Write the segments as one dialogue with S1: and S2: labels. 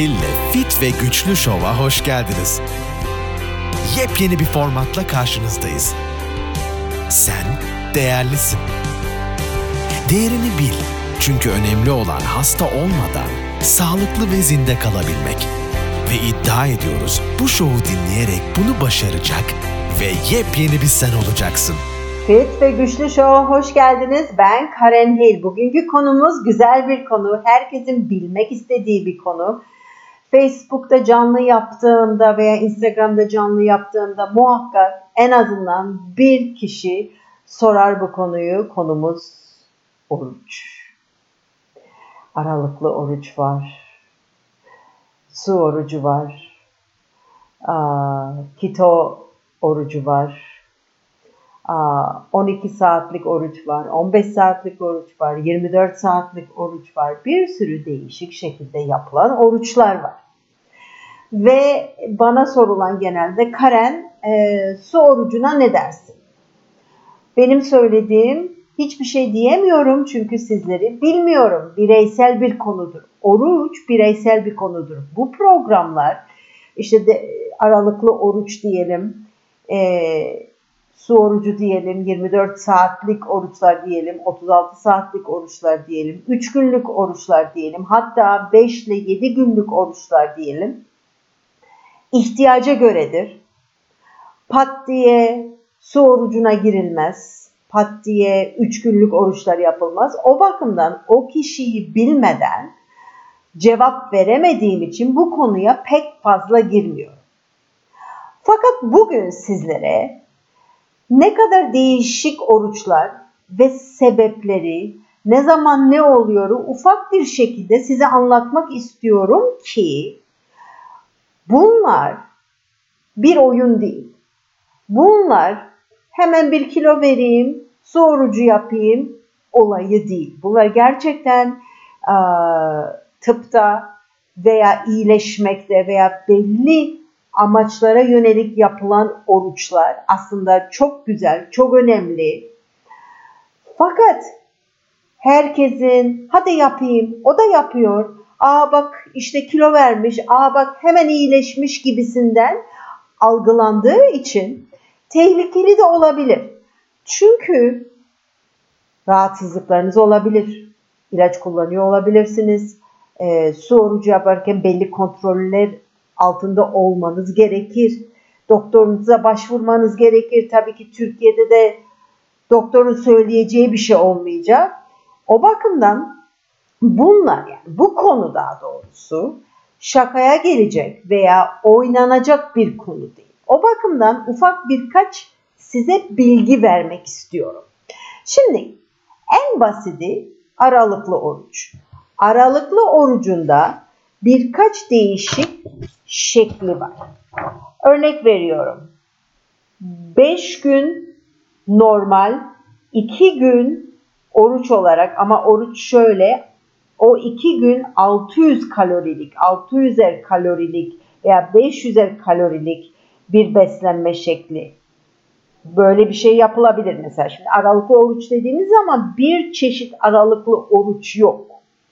S1: Hil'le Fit ve Güçlü Şov'a hoş geldiniz. Yepyeni bir formatla karşınızdayız. Sen değerlisin. Değerini bil. Çünkü önemli olan hasta olmadan sağlıklı ve zinde kalabilmek. Ve iddia ediyoruz bu şovu dinleyerek bunu başaracak ve yepyeni bir sen olacaksın.
S2: Fit ve Güçlü Show'a hoş geldiniz. Ben Karen Hill. Bugünkü konumuz güzel bir konu. Herkesin bilmek istediği bir konu. Facebook'ta canlı yaptığımda veya Instagram'da canlı yaptığımda muhakkak en azından bir kişi sorar bu konuyu. Konumuz oruç. Aralıklı oruç var. Su orucu var. Keto orucu var. 12 saatlik oruç var, 15 saatlik oruç var, 24 saatlik oruç var. Bir sürü değişik şekilde yapılan oruçlar var. Ve bana sorulan genelde Karen, su orucuna ne dersin? Benim söylediğim hiçbir şey diyemiyorum çünkü sizleri bilmiyorum. Bireysel bir konudur. Oruç bireysel bir konudur. Bu programlar işte aralıklı oruç diyelim, su orucu diyelim, 24 saatlik oruçlar diyelim, 36 saatlik oruçlar diyelim, 3 günlük oruçlar diyelim, hatta 5 ile 7 günlük oruçlar diyelim. İhtiyaca göredir. Pat diye su orucuna girilmez. Pat diye 3 günlük oruçlar yapılmaz. O bakımdan o kişiyi bilmeden cevap veremediğim için bu konuya pek fazla girmiyorum. Fakat bugün sizlere ne kadar değişik oruçlar ve sebepleri, ne zaman ne oluyor ufak bir şekilde size anlatmak istiyorum ki bunlar bir oyun değil. Bunlar hemen 1 kilo vereyim, su orucu yapayım olayı değil. Bunlar gerçekten tıpta veya iyileşmekte veya belli amaçlara yönelik yapılan oruçlar aslında çok güzel, çok önemli. Fakat herkesin hadi yapayım, o da yapıyor. Bak işte kilo vermiş, bak hemen iyileşmiş gibisinden algılandığı için tehlikeli de olabilir. Çünkü rahatsızlıklarınız olabilir. İlaç kullanıyor olabilirsiniz. Su orucu yaparken belli kontroller altında olmanız gerekir. Doktorunuza başvurmanız gerekir. Tabii ki Türkiye'de de doktorun söyleyeceği bir şey olmayacak. O bakımdan bunlar, yani bu konu daha doğrusu şakaya gelecek veya oynanacak bir konu değil. O bakımdan ufak birkaç size bilgi vermek istiyorum. Şimdi en basiti aralıklı oruç. Aralıklı orucunda birkaç değişik şekli var. Örnek veriyorum. 5 gün normal, 2 gün oruç olarak, ama oruç şöyle, o 2 gün 600 kalorilik, 600'er kalorilik veya 500'er kalorilik bir beslenme şekli. Böyle bir şey yapılabilir mesela. Şimdi aralıklı oruç dediğimiz zaman bir çeşit aralıklı oruç yok.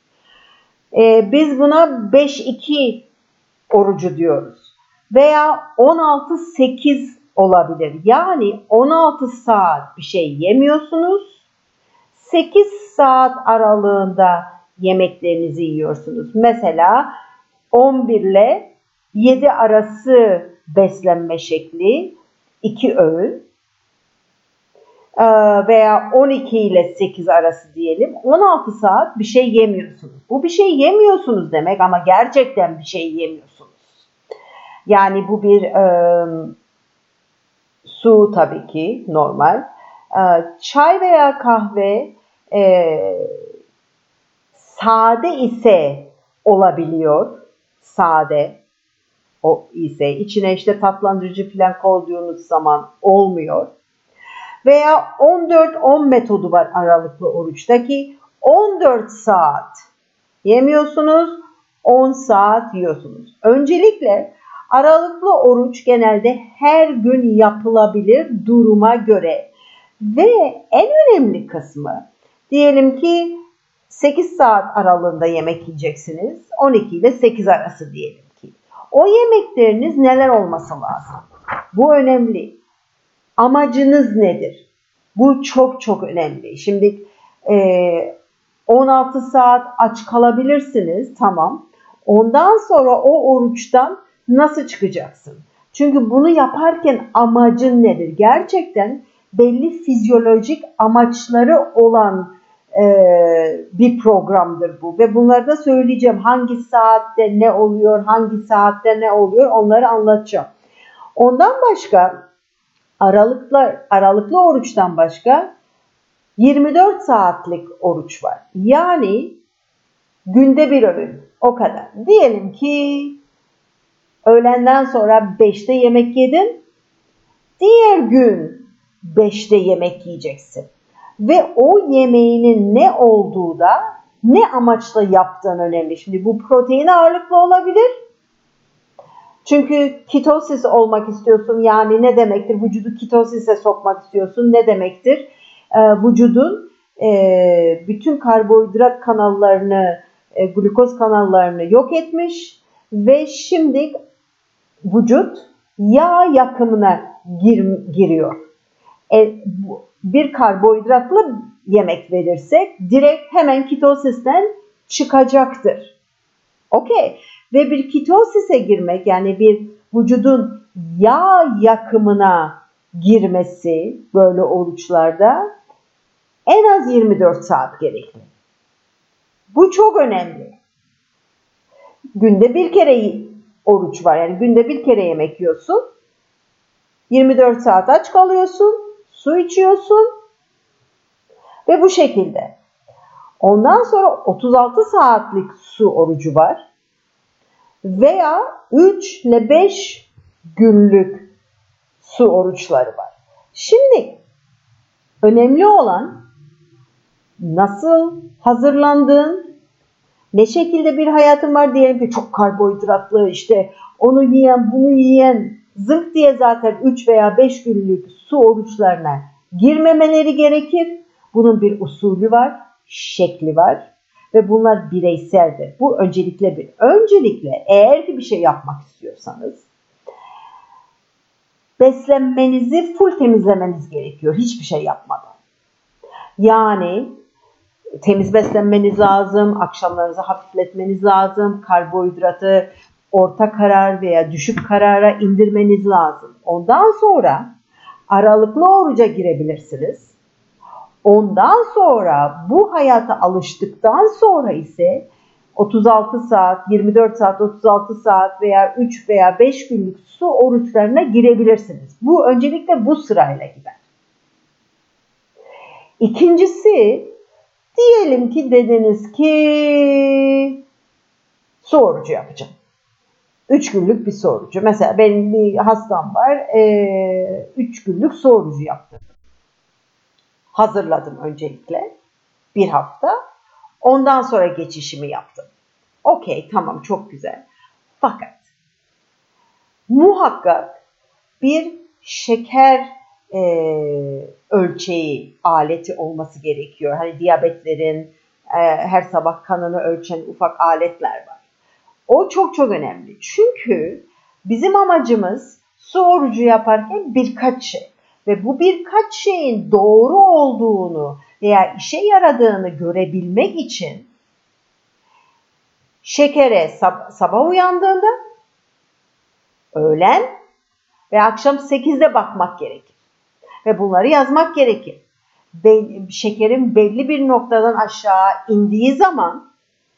S2: Biz buna 5-2 orucu diyoruz. Veya 16-8 olabilir. Yani 16 saat bir şey yemiyorsunuz. 8 saat aralığında yemeklerinizi yiyorsunuz. Mesela 11 ile 7 arası beslenme şekli, 2 öğün. Veya 12 ile 8 arası diyelim, 16 saat bir şey yemiyorsunuz. Bu bir şey yemiyorsunuz demek ama gerçekten bir şey yemiyorsunuz. Yani bu bir su tabii ki normal. Çay veya kahve sade ise olabiliyor. Sade o ise içine işte tatlandırıcı falan koyduğunuz zaman olmuyor. Veya 14-10 metodu var aralıklı oruçtaki. 14 saat yemiyorsunuz, 10 saat yiyorsunuz. Öncelikle aralıklı oruç genelde her gün yapılabilir duruma göre. Ve en önemli kısmı, diyelim ki 8 saat aralığında yemek yiyeceksiniz. 12 ile 8 arası diyelim ki. O yemekleriniz neler olması lazım? Bu önemli. Amacınız nedir? Bu çok çok önemli. Şimdi 16 saat aç kalabilirsiniz, tamam. Ondan sonra o oruçtan nasıl çıkacaksın? Çünkü bunu yaparken amacın nedir? Gerçekten belli fizyolojik amaçları olan bir programdır bu. Ve bunları da söyleyeceğim. Hangi saatte ne oluyor, hangi saatte ne oluyor onları anlatacağım. Ondan başka aralıklı oruçtan başka 24 saatlik oruç var. Yani günde bir öğün. O kadar. Diyelim ki öğlenden sonra 5'te yemek yedin. Diğer gün 5'te yemek yiyeceksin. Ve o yemeğinin ne olduğu da ne amaçla yaptığın önemli. Şimdi bu protein ağırlıklı olabilir. Çünkü ketosis olmak istiyorsun. Yani ne demektir? Vücudu ketosise sokmak istiyorsun. Ne demektir? Vücudun bütün karbonhidrat kanallarını, glukoz kanallarını yok etmiş ve şimdi vücut yağ yakımına giriyor. Bir karbonhidratlı yemek verirsek direkt hemen ketosisten çıkacaktır. Okey. Ve bir ketosise girmek, yani bir vücudun yağ yakımına girmesi böyle oruçlarda en az 24 saat gerekli. Bu çok önemli. Günde bir kere oruç var. Yani günde bir kere yemek yiyorsun. 24 saat aç kalıyorsun. Su içiyorsun. Ve bu şekilde. Ondan sonra 36 saatlik su orucu var. Veya 3 ile 5 günlük su oruçları var. Şimdi önemli olan nasıl hazırlandığın, ne şekilde bir hayatın var. Diyelim ki çok karbonhidratlı, işte onu yiyen bunu yiyen, zınk diye zaten 3 veya 5 günlük su oruçlarına girmemeleri gerekir. Bunun bir usulü var, şekli var ve bunlar bireyseldir. Bu öncelikle eğer ki bir şey yapmak istiyorsanız beslenmenizi full temizlemeniz gerekiyor hiçbir şey yapmadan. Yani temiz beslenmeniz lazım, akşamlarınızı hafifletmeniz lazım, karbonhidratı orta karar veya düşük karara indirmeniz lazım. Ondan sonra aralıklı oruca girebilirsiniz. Ondan sonra bu hayata alıştıktan sonra ise 36 saat, 24 saat, 36 saat veya 3 veya 5 günlük su oruçlarına girebilirsiniz. Bu öncelikle bu sırayla gider. İkincisi, diyelim ki dediniz ki su orucu yapacağım. 3 günlük bir su orucu. Mesela benim bir hastam var. 3 günlük su orucu yaptım. Hazırladım öncelikle. Bir hafta. Ondan sonra geçişimi yaptım. Okey, tamam, çok güzel. Fakat muhakkak bir şeker ölçeği aleti olması gerekiyor. Hani diyabetlerin her sabah kanını ölçen ufak aletler var. O çok çok önemli. Çünkü bizim amacımız su orucu yaparken birkaç şey. Ve bu birkaç şeyin doğru olduğunu veya işe yaradığını görebilmek için şekere sabah uyandığında, öğlen ve akşam 8'de bakmak gerekir. Ve bunları yazmak gerekir. Şekerin belli bir noktadan aşağı indiği zaman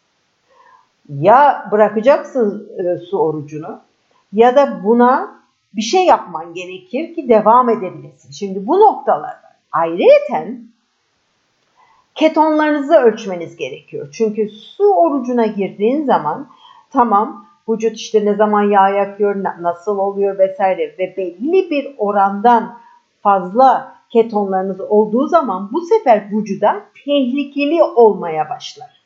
S2: ya bırakacaksın su orucunu ya da buna bir şey yapman gerekir ki devam edebilesin. Şimdi bu noktalarda ayrıyeten ketonlarınızı ölçmeniz gerekiyor. Çünkü su orucuna girdiğin zaman tamam, vücut işte ne zaman yağ yakıyor, nasıl oluyor vesaire ve belli bir orandan fazla ketonlarınız olduğu zaman bu sefer vücuda tehlikeli olmaya başlar.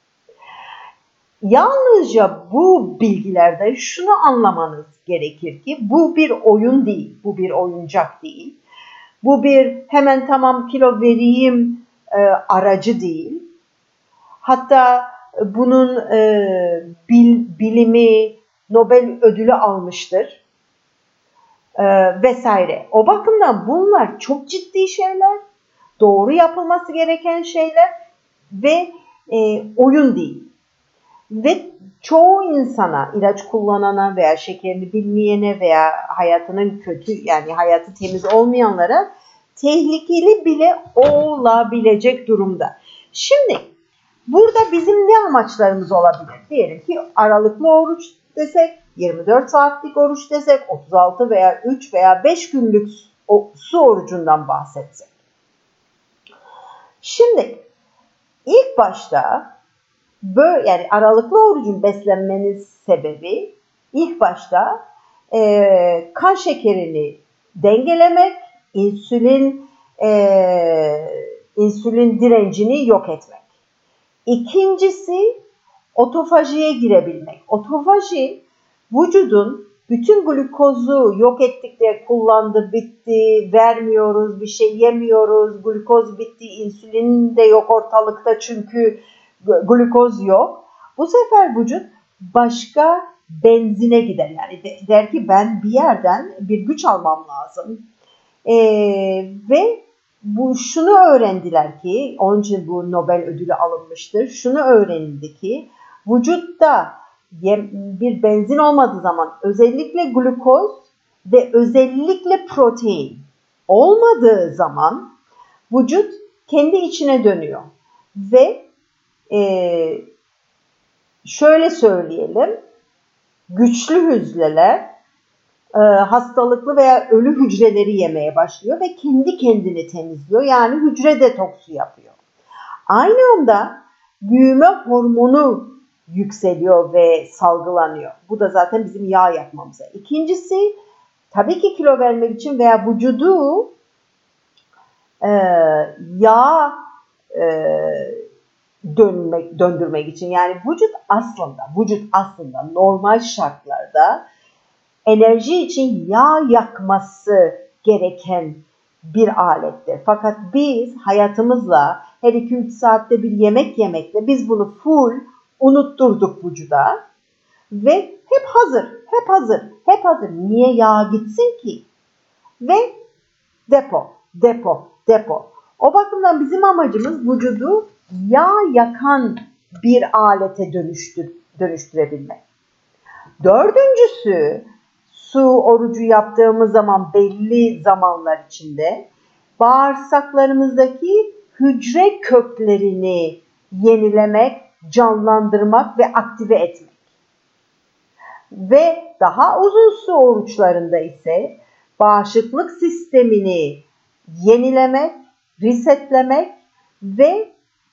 S2: Yalnızca bu bilgilerde şunu anlamanız gerekir ki bu bir oyun değil, bu bir oyuncak değil. Bu bir hemen tamam kilo vereyim aracı değil. Hatta bunun bilimi Nobel ödülü almıştır vesaire. O bakımdan bunlar çok ciddi şeyler, doğru yapılması gereken şeyler ve oyun değil. Ve çoğu insana, ilaç kullanana veya şekerini bilmeyene veya hayatının kötü, yani hayatı temiz olmayanlara tehlikeli bile olabilecek durumda. Şimdi burada bizim ne amaçlarımız olabilir? Diyelim ki aralıklı oruç desek, 24 saatlik oruç desek, 36 veya 3 veya 5 günlük su orucundan bahsetsek. Şimdi ilk başta böyle, yani aralıklı orucun beslenmeniz sebebi ilk başta kan şekerini dengelemek, insülin direncini yok etmek. İkincisi otofajiye girebilmek. Otofaji vücudun bütün glukozu yok ettik de kullandı, bitti, vermiyoruz, bir şey yemiyoruz, glukoz bitti, insülin de yok ortalıkta çünkü glukoz yok. Bu sefer vücut başka benzine gider. Yani der ki ben bir yerden bir güç almam lazım. Ve şunu öğrendiler ki, onun için bu Nobel ödülü alınmıştır. Şunu öğrenildi ki vücutta bir benzin olmadığı zaman özellikle glukoz ve özellikle protein olmadığı zaman vücut kendi içine dönüyor. Ve şöyle söyleyelim, güçlü hücreler hastalıklı veya ölü hücreleri yemeye başlıyor ve kendi kendini temizliyor. Yani hücre detoksu yapıyor. Aynı anda büyüme hormonu yükseliyor ve salgılanıyor. Bu da zaten bizim yağ yakmamıza. İkincisi, tabii ki kilo vermek için veya vücudu yağ döndürmek için. Yani vücut aslında normal şartlarda enerji için yağ yakması gereken bir alettir. Fakat biz hayatımızla her 2-3 saatte bir yemek yemekle biz bunu full unutturduk vücuda ve hep hazır. Niye yağ gitsin ki? Ve depo. O bakımdan bizim amacımız vücudu yağ yakan bir alete dönüştürebilmek. Dördüncüsü, su orucu yaptığımız zaman belli zamanlar içinde bağırsaklarımızdaki hücre köklerini yenilemek, canlandırmak ve aktive etmek. Ve daha uzun su oruçlarında ise bağışıklık sistemini yenilemek, resetlemek ve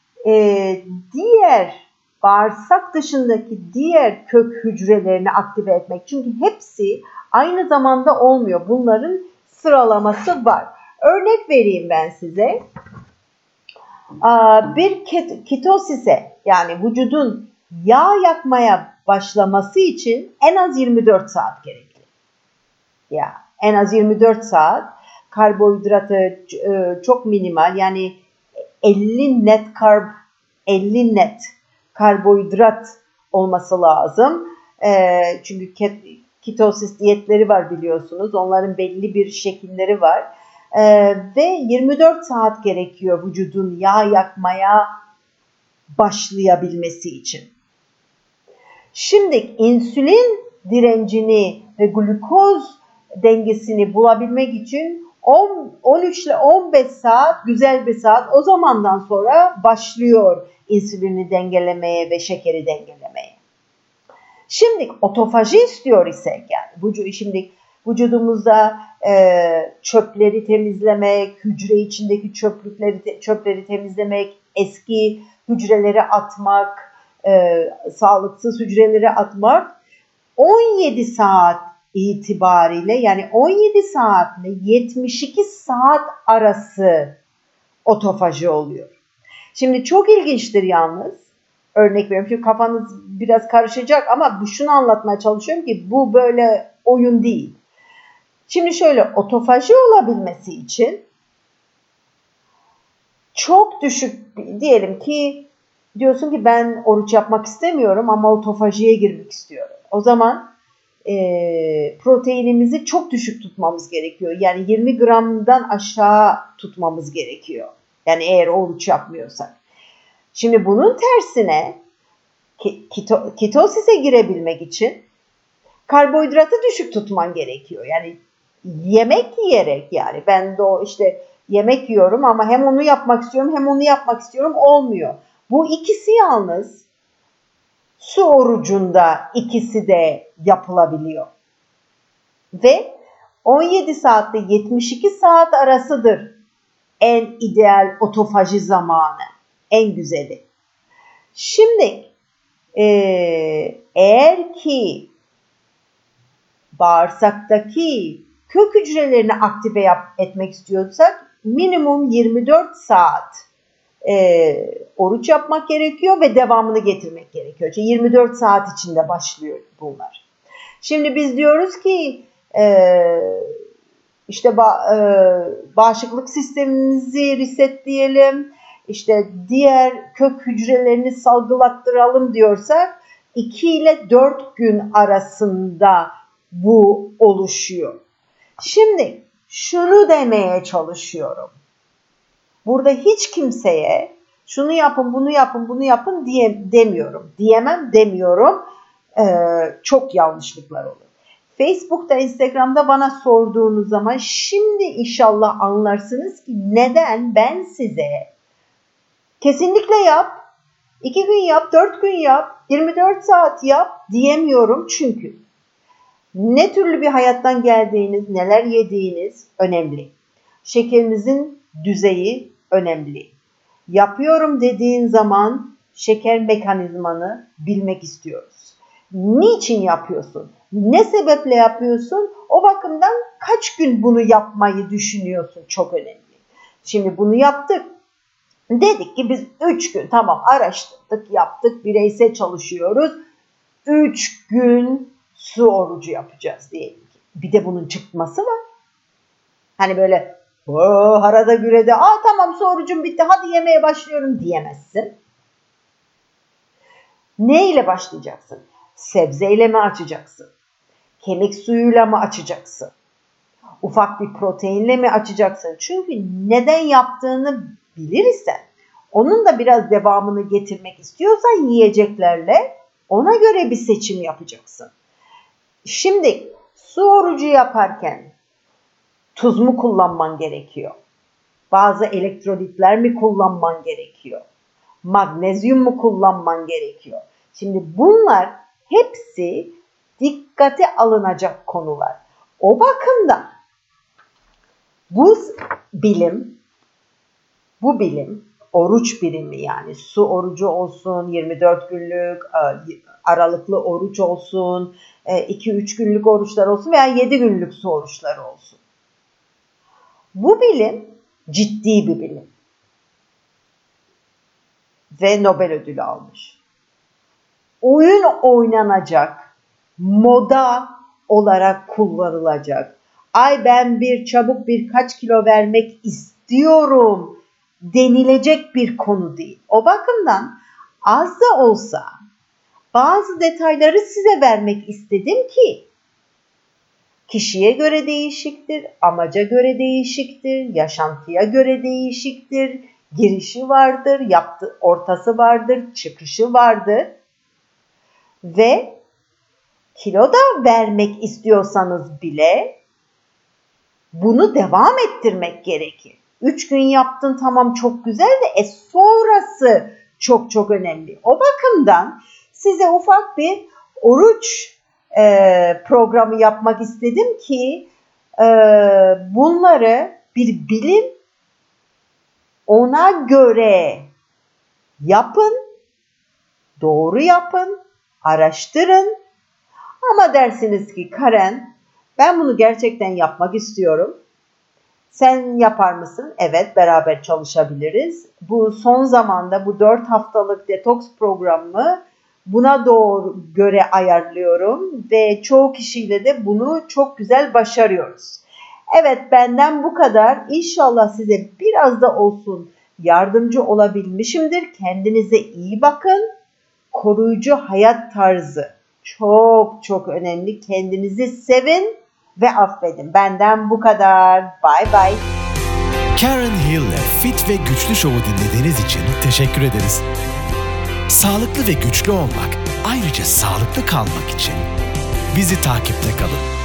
S2: diğer bağırsak dışındaki diğer kök hücrelerini aktive etmek. Çünkü hepsi aynı zamanda olmuyor. Bunların sıralaması var. Örnek vereyim ben size. Bir ketosise, yani vücudun yağ yakmaya başlaması için en az 24 saat gerekli. Ya en az 24 saat, karbonhidratı çok minimal, yani 50 net karbonhidrat olması lazım. Çünkü ketosis diyetleri var biliyorsunuz. Onların belli bir şekilleri var. Ve 24 saat gerekiyor vücudun yağ yakmaya başlayabilmesi için. Şimdi insülin direncini ve glukoz dengesini bulabilmek için 13 ile 15 saat güzel bir saat. O zamandan sonra başlıyor insülini dengelemeye ve şekeri dengelemeye. Şimdi otofaji istiyor isek, yani şimdi vücudumuzda çöpleri temizlemek, hücre içindeki çöpleri temizlemek, eski hücreleri atmak, sağlıksız hücreleri atmak 17 saat itibariyle, yani 17 saat ile 72 saat arası otofaji oluyor. Şimdi çok ilginçtir yalnız. Örnek veriyorum, çünkü kafanız biraz karışacak ama şunu anlatmaya çalışıyorum ki bu böyle oyun değil. Şimdi şöyle, otofaji olabilmesi için çok düşük, diyelim ki Diyorsun ki ben oruç yapmak istemiyorum ama otofajiye girmek istiyorum. O zaman proteinimizi çok düşük tutmamız gerekiyor. Yani 20 gramdan aşağı tutmamız gerekiyor. Yani eğer oruç yapmıyorsak. Şimdi bunun tersine ketozise girebilmek için karbonhidratı düşük tutman gerekiyor. Yani yemek yiyerek, yani ben de işte yemek yiyorum ama hem onu yapmak istiyorum hem onu yapmak istiyorum, olmuyor. Bu ikisi yalnız su orucunda ikisi de yapılabiliyor. Ve 17 saatte 72 saat arasıdır en ideal otofaji zamanı. En güzeli. Şimdi eğer ki bağırsaktaki kök hücrelerini aktive etmek istiyorsak minimum 24 saat oruç yapmak gerekiyor ve devamını getirmek gerekiyor. Çünkü 24 saat içinde başlıyor bunlar. Şimdi biz diyoruz ki işte bağışıklık sistemimizi resetleyelim, işte diğer kök hücrelerini salgılattıralım diyorsak 2 ile 4 gün arasında bu oluşuyor. Şimdi şunu demeye çalışıyorum. Burada hiç kimseye şunu yapın, bunu yapın, bunu yapın demiyorum. Demiyorum. Çok yanlışlıklar olur. Facebook'ta, Instagram'da bana sorduğunuz zaman şimdi inşallah anlarsınız ki neden ben size kesinlikle yap, 2 gün yap, 4 gün yap, 24 saat yap diyemiyorum. Çünkü ne türlü bir hayattan geldiğiniz, neler yediğiniz önemli. Şekerinizin düzeyi önemli. Yapıyorum dediğin zaman şeker mekanizmanı bilmek istiyoruz. Niçin yapıyorsun? Ne sebeple yapıyorsun? O bakımdan kaç gün bunu yapmayı düşünüyorsun? Çok önemli. Şimdi bunu yaptık. Dedik ki biz 3 gün tamam araştırdık, yaptık, bireysel çalışıyoruz. 3 gün su orucu yapacağız diyelim ki. Bir de bunun çıkması var. Hani böyle harada gürede tamam su orucum bitti hadi yemeye başlıyorum diyemezsin. Ne ile başlayacaksın? Sebzeyle mi açacaksın? Kemik suyuyla mı açacaksın? Ufak bir proteinle mi açacaksın? Çünkü neden yaptığını bilirsen, onun da biraz devamını getirmek istiyorsan yiyeceklerle ona göre bir seçim yapacaksın. Şimdi su orucu yaparken tuz mu kullanman gerekiyor? Bazı elektrolitler mi kullanman gerekiyor? Magnezyum mu kullanman gerekiyor? Şimdi bunlar hepsi dikkate alınacak konular. O bakımdan bu bilim, oruç bilimi yani su orucu olsun, 24 günlük aralıklı oruç olsun, 2-3 günlük oruçlar olsun veya 7 günlük su oruçları olsun. Bu bilim ciddi bir bilim ve Nobel ödülü almış. Oyun oynanacak, moda olarak kullanılacak. Ben çabuk birkaç kilo vermek istiyorum denilecek bir konu değil. O bakımdan az da olsa bazı detayları size vermek istedim ki kişiye göre değişiktir, amaca göre değişiktir, yaşantıya göre değişiktir, girişi vardır, ortası vardır, çıkışı vardır ve kilo da vermek istiyorsanız bile bunu devam ettirmek gerekir. 3 gün yaptın tamam çok güzel de sonrası çok çok önemli. O bakımdan size ufak bir oruç programı yapmak istedim ki bunları bir bilim ona göre yapın, doğru yapın, araştırın. Ama dersiniz ki Karen ben bunu gerçekten yapmak istiyorum. Sen yapar mısın? Evet, beraber çalışabiliriz. Bu son zamanda bu 4 haftalık detoks programı buna doğru göre ayarlıyorum ve çoğu kişiyle de bunu çok güzel başarıyoruz. Evet, benden bu kadar. İnşallah size biraz da olsun yardımcı olabilmişimdir. Kendinize iyi bakın. Koruyucu hayat tarzı çok çok önemli. Kendinizi sevin ve affedin. Benden bu kadar. Bye bye.
S1: Karen Hill'le Fit ve Güçlü Show'u dinlediğiniz için teşekkür ederiz. Sağlıklı ve güçlü olmak, ayrıca sağlıklı kalmak için bizi takipte kalın.